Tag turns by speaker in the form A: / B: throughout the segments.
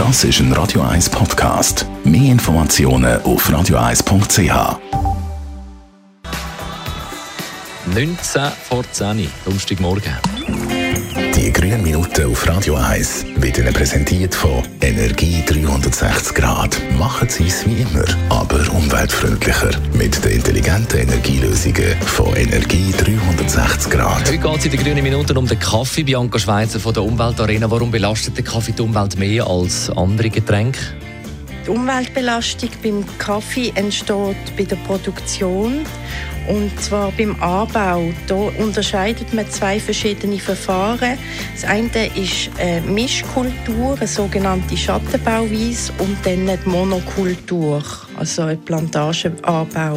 A: Das ist ein Radio 1 Podcast. Mehr Informationen auf radio1.ch.
B: 19 vor 10 Uhr, Donnerstagmorgen.
A: Die grünen Minuten auf Radio 1 werden Ihnen präsentiert von Energie 360 Grad. Machen Sie es wie immer, aber umweltfreundlicher. Mit den intelligenten Energielösungen von Energie 360 Grad.
B: Heute geht es in den grünen Minuten um den Kaffee. Bianca Schweizer von der Umweltarena. Warum belastet der Kaffee die Umwelt mehr als andere Getränke?
C: Die Umweltbelastung beim Kaffee entsteht bei der Produktion, und zwar beim Anbau. Da unterscheidet man zwei verschiedene Verfahren. Das eine ist eine Mischkultur, eine sogenannte Schattenbauweise, und dann die Monokultur, also ein Plantagenanbau.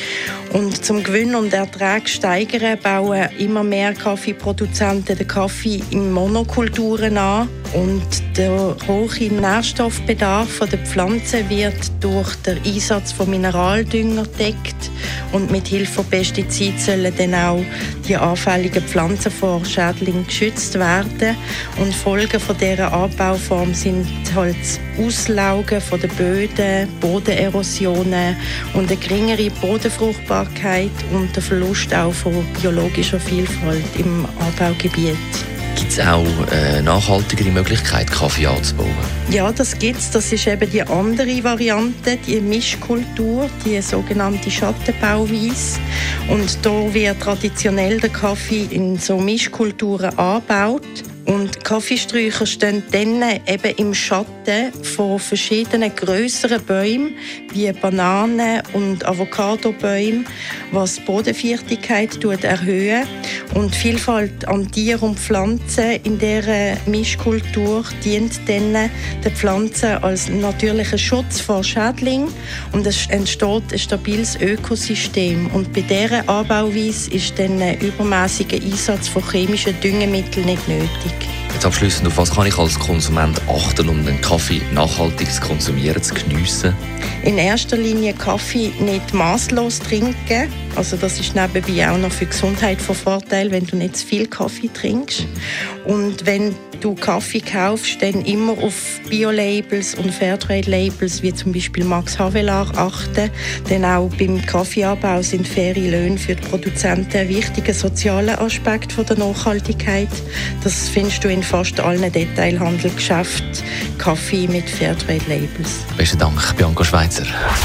C: Und zum Gewinn und Ertrag steigern, bauen immer mehr Kaffeeproduzenten den Kaffee in Monokulturen an. Und der hohe Nährstoffbedarf der Pflanzen wird durch den Einsatz von Mineraldünger gedeckt. Und mit Hilfe von Pestiziden sollen dann auch die anfälligen Pflanzen vor Schädlingen geschützt werden. Und Folgen von dieser Anbauform sind halt das Auslaugen von den Böden, Bodenerosionen und eine geringere Bodenfruchtbarkeit und der Verlust auch von biologischer Vielfalt im Anbaugebiet.
B: Gibt es auch eine nachhaltigere Möglichkeit, Kaffee anzubauen?
C: Ja, das gibt es. Das ist eben die andere Variante, die Mischkultur, die sogenannte Schattenbauweise. Und da wird traditionell der Kaffee in so Mischkulturen angebaut. Und Kaffeesträucher stehen dann eben im Schatten von verschiedenen grösseren Bäumen, wie Bananen- und Avocadobäumen, was die Bodenfeuchtigkeit erhöht. Und die Vielfalt an Tieren und Pflanzen in dieser Mischkultur dient dann den Pflanzen als natürlicher Schutz vor Schädlingen. Und es entsteht ein stabiles Ökosystem. Und bei dieser Anbauweise ist dann ein übermäßiger Einsatz von chemischen Düngemitteln nicht nötig.
B: Jetzt abschliessend, auf was kann ich als Konsument achten, um den Kaffee nachhaltig zu konsumieren, zu geniessen?
C: In erster Linie Kaffee nicht maßlos trinken. Also das ist nebenbei auch noch für die Gesundheit von Vorteil, wenn du nicht zu viel Kaffee trinkst. Und wenn du Kaffee kaufst, dann immer auf Bio-Labels und Fairtrade-Labels, wie zum Beispiel Max Havelaar, achten. Denn auch beim Kaffeeanbau sind faire Löhne für die Produzenten ein wichtiger sozialer Aspekt von der Nachhaltigkeit. Das findest du in fast allen Detailhandelgeschäften, Kaffee mit Fairtrade-Labels.
B: Besten Dank, Bianca Schweizer.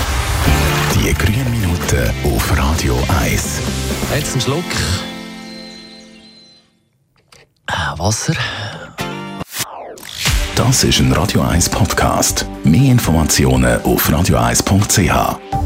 A: Die grünen Minuten auf Radio 1.
B: Jetzt ein Schluck Wasser.
A: Das ist ein Radio 1 Podcast. Mehr Informationen auf radio1.ch.